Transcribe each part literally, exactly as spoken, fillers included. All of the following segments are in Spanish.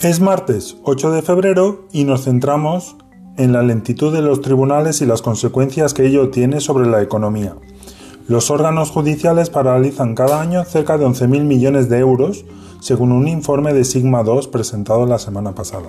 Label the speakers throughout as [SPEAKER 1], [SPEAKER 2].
[SPEAKER 1] Es martes ocho de febrero y nos centramos en la lentitud de los tribunales y las consecuencias que ello tiene sobre la economía. Los órganos judiciales paralizan cada año cerca de once mil millones de euros, según un informe de Sigma dos presentado la semana pasada.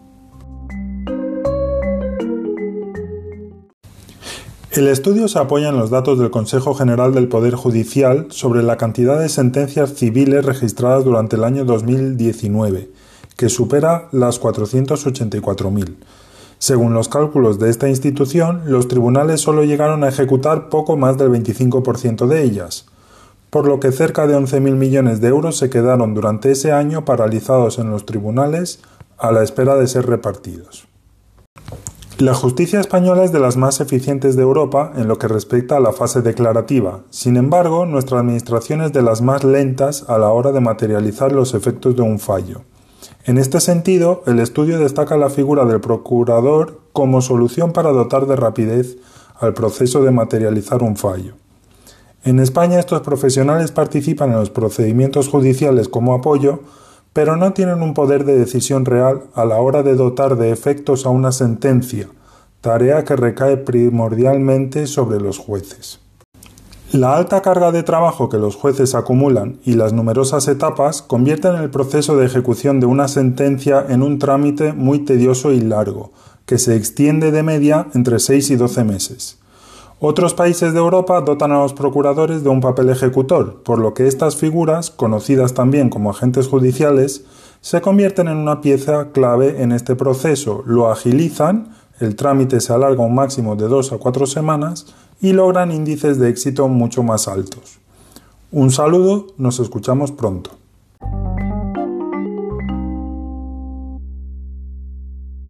[SPEAKER 1] El estudio se apoya en los datos del Consejo General del Poder Judicial sobre la cantidad de sentencias civiles registradas durante el año dos mil diecinueve, que supera las cuatrocientos ochenta y cuatro mil. Según los cálculos de esta institución, los tribunales solo llegaron a ejecutar poco más del veinticinco por ciento de ellas, por lo que cerca de once mil millones de euros se quedaron durante ese año paralizados en los tribunales a la espera de ser repartidos. La justicia española es de las más eficientes de Europa en lo que respecta a la fase declarativa. Sin embargo, nuestra administración es de las más lentas a la hora de materializar los efectos de un fallo. En este sentido, el estudio destaca la figura del procurador como solución para dotar de rapidez al proceso de materializar un fallo. En España, estos profesionales participan en los procedimientos judiciales como apoyo, pero no tienen un poder de decisión real a la hora de dotar de efectos a una sentencia, tarea que recae primordialmente sobre los jueces. La alta carga de trabajo que los jueces acumulan y las numerosas etapas convierten el proceso de ejecución de una sentencia en un trámite muy tedioso y largo, que se extiende de media entre seis y doce meses. Otros países de Europa dotan a los procuradores de un papel ejecutor, por lo que estas figuras, conocidas también como agentes judiciales, se convierten en una pieza clave en este proceso, lo agilizan, el trámite se alarga un máximo de dos a cuatro semanas y logran índices de éxito mucho más altos. Un saludo, nos escuchamos pronto.